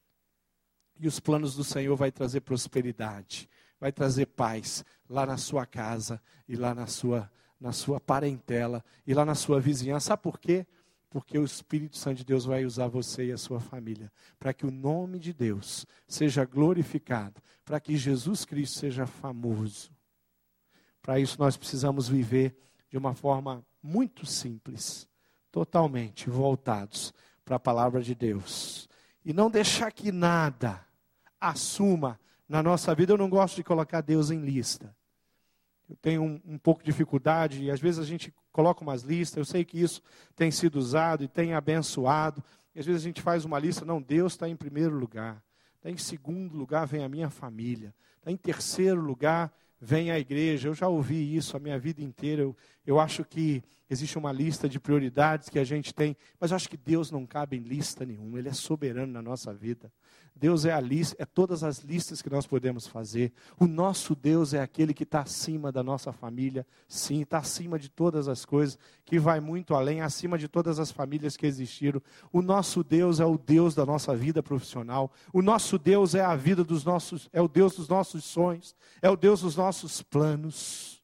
e os planos do Senhor vai trazer prosperidade, vai trazer paz lá na sua casa, e lá na sua parentela, e lá na sua vizinhança. Sabe por quê? Porque o Espírito Santo de Deus vai usar você e a sua família, para que o nome de Deus seja glorificado, para que Jesus Cristo seja famoso. Para isso nós precisamos viver de uma forma muito simples, totalmente voltados para a palavra de Deus. E não deixar que nada assuma na nossa vida. Eu não gosto de colocar Deus em lista. Eu tenho um pouco de dificuldade, e às vezes a gente coloca umas listas, eu sei que isso tem sido usado e tem abençoado, e às vezes a gente faz uma lista, não, Deus está em primeiro lugar, está em segundo lugar vem a minha família, está em terceiro lugar vem a igreja. Eu já ouvi isso a minha vida inteira, eu acho que existe uma lista de prioridades que a gente tem, mas eu acho que Deus não cabe em lista nenhuma, Ele é soberano na nossa vida. Deus é a lista, é todas as listas que nós podemos fazer. O nosso Deus é aquele que está acima da nossa família, sim, está acima de todas as coisas, que vai muito além, acima de todas as famílias que existiram. O nosso Deus é o Deus da nossa vida profissional. O nosso Deus é a vida dos nossos, é o Deus dos nossos sonhos, é o Deus dos nossos planos.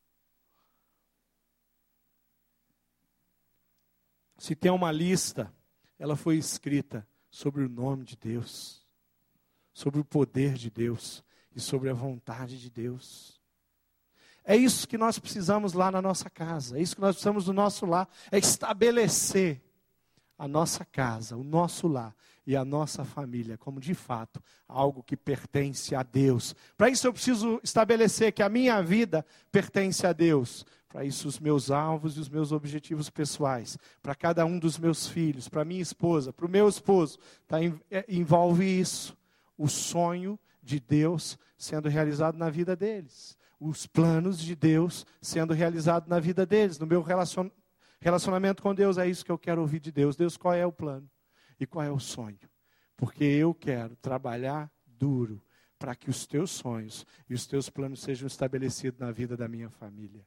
Se tem uma lista, ela foi escrita sobre o nome de Deus, sobre o poder de Deus e sobre a vontade de Deus. É isso que nós precisamos lá na nossa casa, é isso que nós precisamos do nosso lar, é estabelecer a nossa casa, o nosso lar e a nossa família como de fato algo que pertence a Deus. Para isso eu preciso estabelecer que a minha vida pertence a Deus. Para isso os meus alvos e os meus objetivos pessoais, para cada um dos meus filhos, para minha esposa, para o meu esposo, envolve isso. O sonho de Deus sendo realizado na vida deles. Os planos de Deus sendo realizados na vida deles. No meu relacionamento com Deus, é isso que eu quero ouvir de Deus. Deus, qual é o plano? E qual é o sonho? Porque eu quero trabalhar duro para que os teus sonhos e os teus planos sejam estabelecidos na vida da minha família.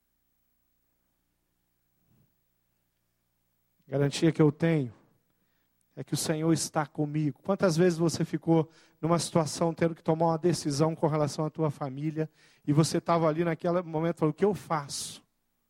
Garantia que eu tenho é que o Senhor está comigo. Quantas vezes você ficou numa situação tendo que tomar uma decisão com relação à tua família e você estava ali naquele momento falando, o que eu faço?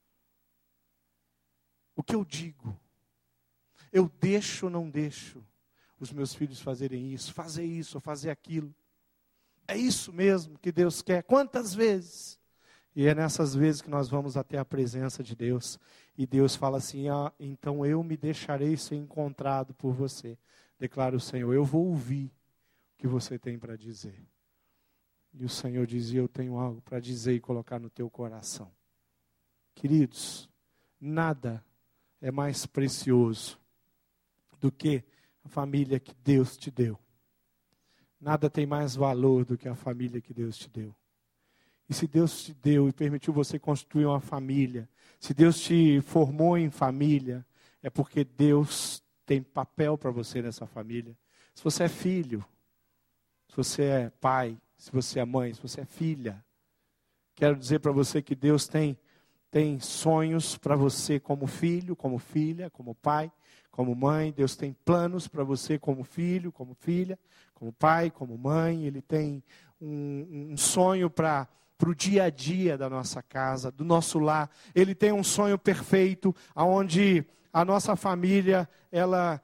O que eu digo? Eu deixo ou não deixo os meus filhos fazerem isso, ou fazer aquilo? É isso mesmo que Deus quer? Quantas vezes? E é nessas vezes que nós vamos até a presença de Deus. E Deus fala assim, então eu me deixarei ser encontrado por você. Declara o Senhor, eu vou ouvir o que você tem para dizer. E o Senhor dizia, eu tenho algo para dizer e colocar no teu coração. Queridos, nada é mais precioso do que a família que Deus te deu. Nada tem mais valor do que a família que Deus te deu. E se Deus te deu e permitiu você construir uma família, se Deus te formou em família, é porque Deus tem papel para você nessa família. Se você é filho, se você é pai, se você é mãe, se você é filha, quero dizer para você que Deus tem sonhos para você como filho, como filha, como pai, como mãe. Deus tem planos para você como filho, como filha, como pai, como mãe. Ele tem um sonho para o dia a dia da nossa casa, do nosso lar. Ele tem um sonho perfeito, onde a nossa família, ela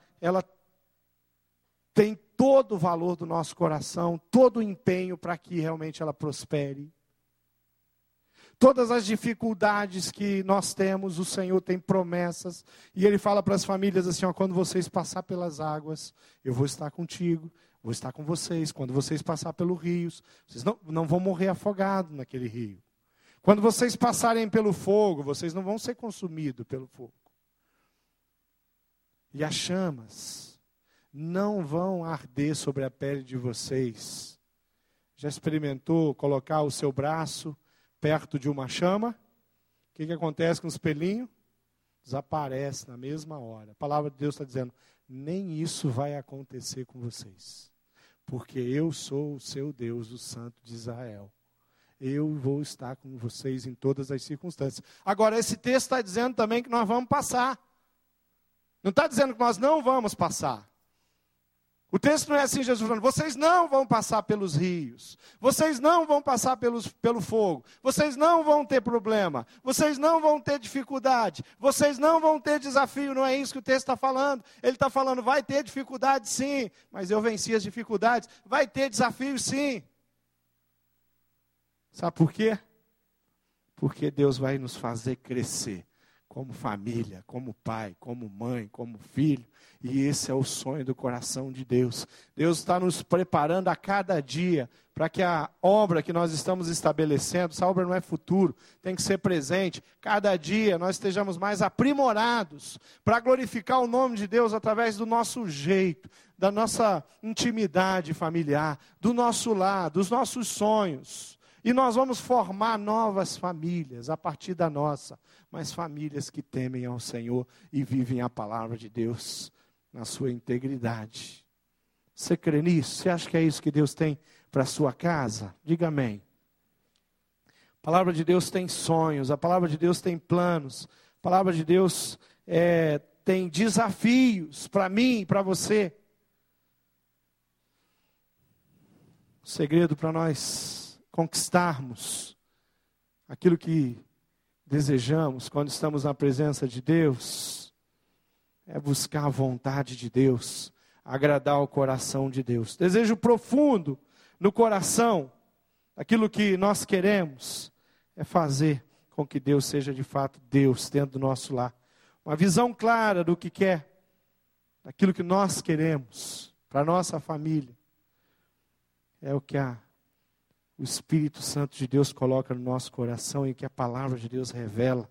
tem todo o valor do nosso coração, todo o empenho para que realmente ela prospere. Todas as dificuldades que nós temos, o Senhor tem promessas. E Ele fala para as famílias assim, ó, quando vocês passar pelas águas, eu vou estar contigo, vou estar com vocês. Quando vocês passar pelos rios, vocês não vão morrer afogados naquele rio. Quando vocês passarem pelo fogo, vocês não vão ser consumidos pelo fogo. E as chamas não vão arder sobre a pele de vocês. Já experimentou colocar o seu braço perto de uma chama? O que acontece com os pelinhos? Desaparece na mesma hora. A palavra de Deus está dizendo, nem isso vai acontecer com vocês. Porque eu sou o seu Deus, o Santo de Israel. Eu vou estar com vocês em todas as circunstâncias. Agora, esse texto está dizendo também que nós vamos passar. Não está dizendo que nós não vamos passar. O texto não é assim, Jesus falando, vocês não vão passar pelos rios, vocês não vão passar pelo fogo, vocês não vão ter problema, vocês não vão ter dificuldade, vocês não vão ter desafio, não é isso que o texto está falando. Ele está falando, vai ter dificuldade sim, mas eu venci as dificuldades, vai ter desafio sim. Sabe por quê? Porque Deus vai nos fazer crescer. Como família, como pai, como mãe, como filho. E esse é o sonho do coração de Deus. Deus está nos preparando a cada dia para que a obra que nós estamos estabelecendo, essa obra não é futuro, tem que ser presente. Cada dia nós estejamos mais aprimorados para glorificar o nome de Deus através do nosso jeito, da nossa intimidade familiar, do nosso lar, dos nossos sonhos. E nós vamos formar novas famílias a partir da nossa, mas famílias que temem ao Senhor e vivem a palavra de Deus na sua integridade. Você crê nisso? Você acha que é isso que Deus tem para a sua casa? Diga amém. A palavra de Deus tem sonhos, a palavra de Deus tem planos, a palavra de Deus tem desafios para mim e para você. O segredo para nós conquistarmos aquilo que desejamos quando estamos na presença de Deus, é buscar a vontade de Deus, agradar o coração de Deus. Desejo profundo no coração, aquilo que nós queremos, é fazer com que Deus seja de fato Deus dentro do nosso lar. Uma visão clara do que quer, daquilo que nós queremos para a nossa família, é o que o Espírito Santo de Deus coloca no nosso coração e que a palavra de Deus revela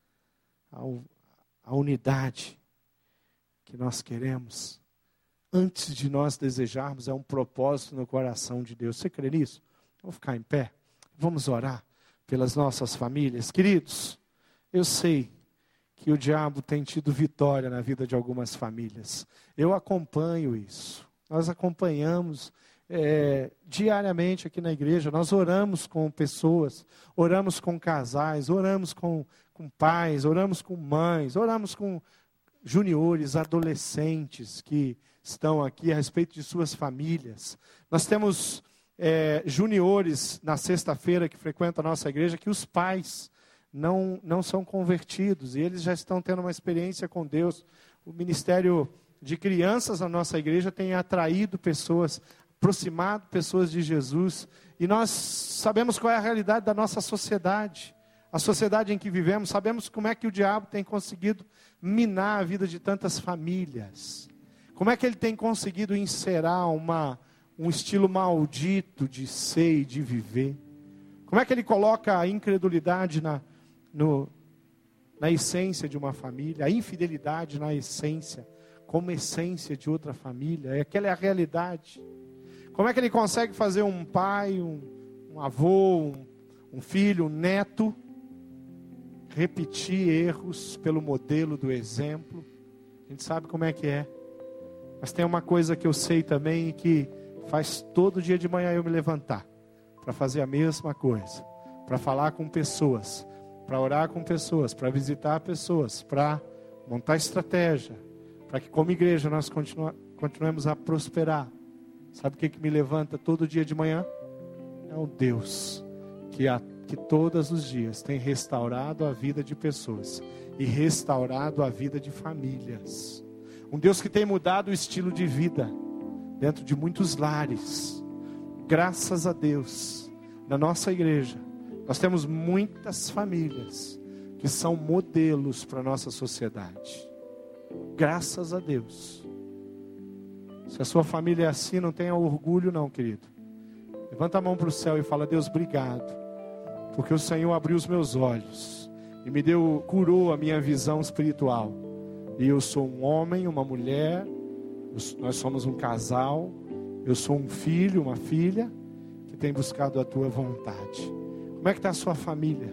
a unidade que nós queremos. Antes de nós desejarmos, é um propósito no coração de Deus. Você crê nisso? Vamos ficar em pé? Vamos orar pelas nossas famílias. Queridos, eu sei que o diabo tem tido vitória na vida de algumas famílias. Eu acompanho isso. Nós acompanhamos diariamente aqui na igreja. Nós oramos com pessoas, oramos com casais, oramos com pais, oramos com mães, oramos com juniores, adolescentes que estão aqui a respeito de suas famílias. Nós temos juniores na sexta-feira que frequentam a nossa igreja que os pais não são convertidos e eles já estão tendo uma experiência com Deus. O ministério de crianças na nossa igreja tem atraído pessoas, aproximado pessoas de Jesus, e nós sabemos qual é a realidade da nossa sociedade, a sociedade em que vivemos, sabemos como é que o diabo tem conseguido minar a vida de tantas famílias, como é que ele tem conseguido encerar um estilo maldito de ser e de viver, como é que ele coloca a incredulidade na essência de uma família, a infidelidade na essência, como essência de outra família, aquela é a realidade. Como é que ele consegue fazer um pai, um avô, um filho, um neto, repetir erros pelo modelo do exemplo? A gente sabe como é que é. Mas tem uma coisa que eu sei também e que faz todo dia de manhã eu me levantar para fazer a mesma coisa, para falar com pessoas, para orar com pessoas, para visitar pessoas, para montar estratégia, para que como igreja nós continuemos a prosperar. Sabe o que me levanta todo dia de manhã? É o Deus que todos os dias tem restaurado a vida de pessoas e restaurado a vida de famílias. Um Deus que tem mudado o estilo de vida dentro de muitos lares. Graças a Deus, na nossa igreja, Nós temos muitas famílias que são modelos para a nossa sociedade. Graças a Deus. Se a sua família é assim, não tenha orgulho não, querido. Levanta a mão para o céu e fala: Deus, obrigado, porque o Senhor abriu os meus olhos e curou a minha visão espiritual. E eu sou um homem, uma mulher, nós somos um casal, eu sou um filho, uma filha, que tem buscado a tua vontade. Como é que está a sua família?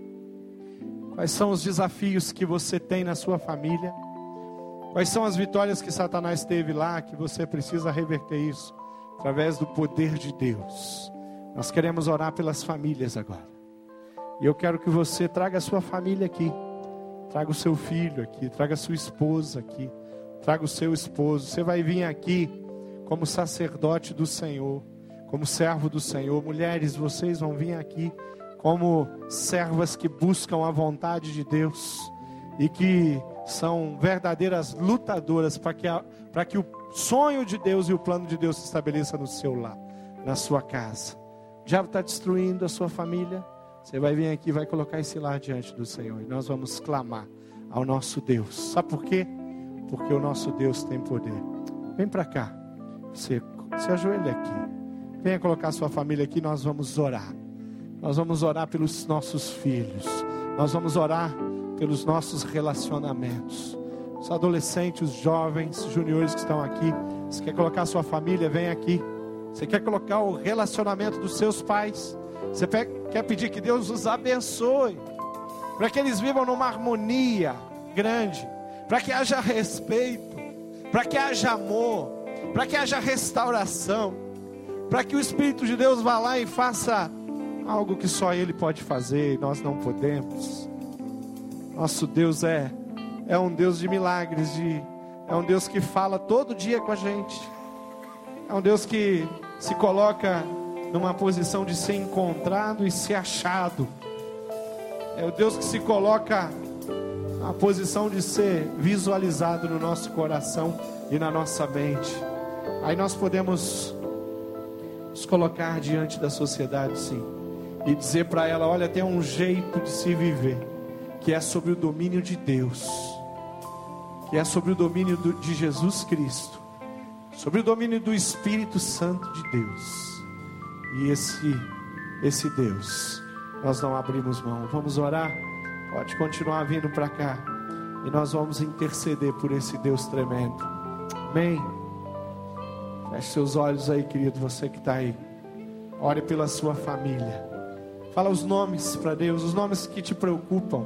Quais são os desafios que você tem na sua família? Quais são as vitórias que Satanás teve lá, que você precisa reverter isso, através do poder de Deus? Nós queremos orar pelas famílias agora. E eu quero que você traga a sua família aqui. Traga o seu filho aqui, traga a sua esposa aqui, traga o seu esposo. Você vai vir aqui como sacerdote do Senhor, como servo do Senhor. Mulheres, vocês vão vir aqui como servas que buscam a vontade de Deus e que são verdadeiras lutadoras para que o sonho de Deus e o plano de Deus se estabeleça no seu lar, na sua casa. O diabo está destruindo a sua família. Você vai vir aqui e vai colocar esse lar diante do Senhor. E nós vamos clamar ao nosso Deus. Sabe por quê? Porque o nosso Deus tem poder. Vem para cá. Você se ajoelha aqui. Venha colocar a sua família aqui. Nós vamos orar. Nós vamos orar pelos nossos filhos. Nós vamos orar pelos nossos relacionamentos. Os adolescentes, os jovens, os juniores que estão aqui. Você quer colocar a sua família? Vem aqui. Você quer colocar o relacionamento dos seus pais? Você quer pedir que Deus os abençoe, para que eles vivam numa harmonia grande, para que haja respeito, para que haja amor, para que haja restauração, para que o Espírito de Deus vá lá e faça algo que só Ele pode fazer e nós não podemos. Nosso Deus é um Deus de milagres, é um Deus que fala todo dia com a gente, é um Deus que se coloca numa posição de ser encontrado e ser achado. É o Deus que se coloca na posição de ser visualizado no nosso coração e na nossa mente. Aí nós podemos nos colocar diante da sociedade, sim, e dizer para ela: olha, tem um jeito de se viver, que é sobre o domínio de Deus, que é sobre o domínio de Jesus Cristo, sobre o domínio do Espírito Santo de Deus. E esse Deus, nós não abrimos mão. Vamos orar? Pode continuar vindo para cá. E nós vamos interceder por esse Deus tremendo. Amém? Feche seus olhos aí, querido, você que está aí. Ore pela sua família. Fala os nomes para Deus, os nomes que te preocupam,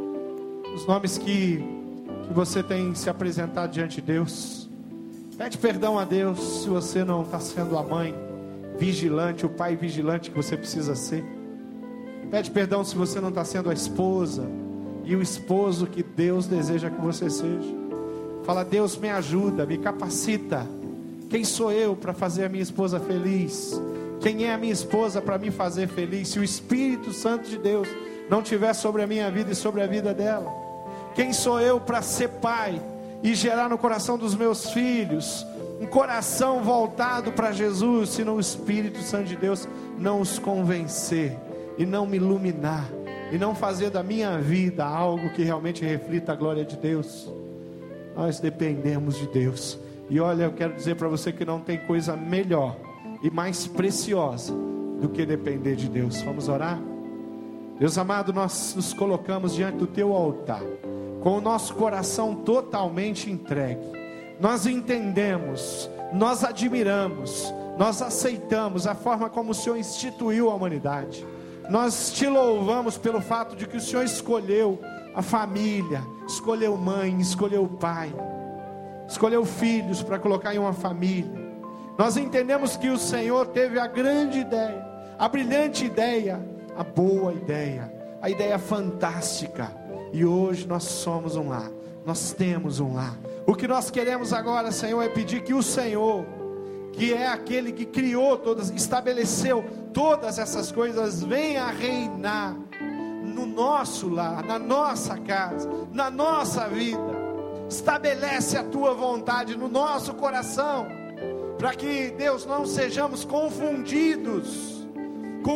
os nomes que você tem se apresentado diante de Deus. Pede perdão a Deus se você não está sendo a mãe vigilante, o pai vigilante que você precisa ser. Pede perdão se você não está sendo a esposa e o esposo que Deus deseja que você seja. Fala: Deus, me ajuda, me capacita. Quem sou eu para fazer a minha esposa feliz? Quem é a minha esposa para me fazer feliz? Se o Espírito Santo de Deus não estiver sobre a minha vida e sobre a vida dela, quem sou eu para ser pai e gerar no coração dos meus filhos um coração voltado para Jesus, se o Espírito Santo de Deus não os convencer e não me iluminar e não fazer da minha vida algo que realmente reflita a glória de Deus? Nós dependemos de Deus. E olha, eu quero dizer para você que não tem coisa melhor e mais preciosa do que depender de Deus. Vamos orar? Deus amado, nós nos colocamos diante do teu altar com o nosso coração totalmente entregue. Nós entendemos, nós admiramos, nós aceitamos a forma como o Senhor instituiu a humanidade. Nós te louvamos pelo fato de que o Senhor escolheu a família, escolheu mãe, escolheu pai, escolheu filhos para colocar em uma família. Nós entendemos que o Senhor teve a grande ideia, a brilhante ideia, a boa ideia, a ideia fantástica. E hoje nós somos um lar, nós temos um lar. O que nós queremos agora, Senhor, é pedir que o Senhor, que é aquele que criou todas, estabeleceu todas essas coisas, venha reinar no nosso lar, na nossa casa, na nossa vida. Estabelece a tua vontade no nosso coração, para que, Deus, não sejamos confundidos com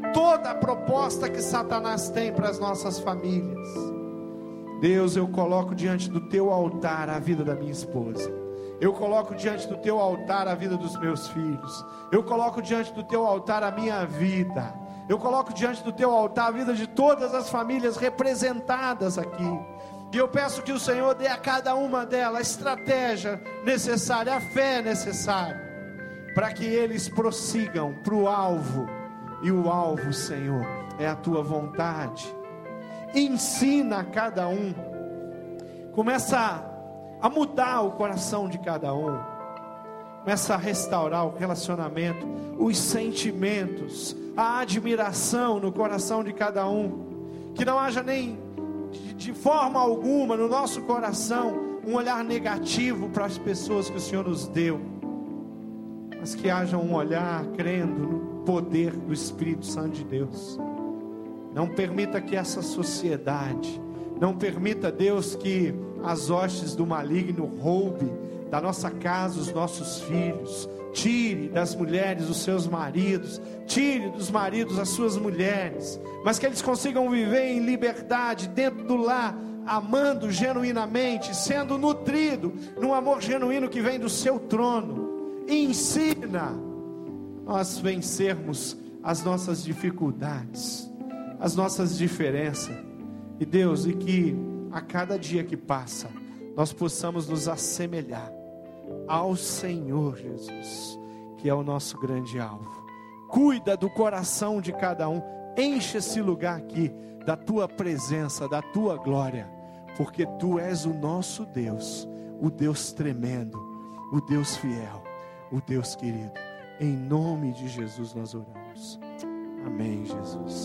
toda a proposta que Satanás tem para as nossas famílias. Deus, eu coloco diante do teu altar a vida da minha esposa. Eu coloco diante do teu altar a vida dos meus filhos. Eu coloco diante do teu altar a minha vida. Eu coloco diante do teu altar a vida de todas as famílias representadas aqui. E eu peço que o Senhor dê a cada uma delas a estratégia necessária, a fé necessária, para que eles prossigam para o alvo. E o alvo, Senhor, é a tua vontade. Ensina a cada um. Começa a mudar o coração de cada um. Começa a restaurar o relacionamento, os sentimentos, a admiração no coração de cada um. Que não haja nem de forma alguma no nosso coração um olhar negativo para as pessoas que o Senhor nos deu, mas que haja um olhar crendo no poder do Espírito Santo de Deus. Não permita que essa sociedade, não permita, Deus, que as hostes do maligno roube da nossa casa os nossos filhos. Tire das mulheres os seus maridos, tire dos maridos as suas mulheres, mas que eles consigam viver em liberdade dentro do lar, amando genuinamente, sendo nutrido num amor genuíno que vem do seu trono. Ensina nós vencermos as nossas dificuldades, as nossas diferenças, e Deus, e que a cada dia que passa nós possamos nos assemelhar ao Senhor Jesus, que é o nosso grande alvo. Cuida do coração de cada um. Enche esse lugar aqui da tua presença, da tua glória, porque tu és o nosso Deus, o Deus tremendo, o Deus fiel, o Deus querido. Em nome de Jesus nós oramos. Amém, Jesus.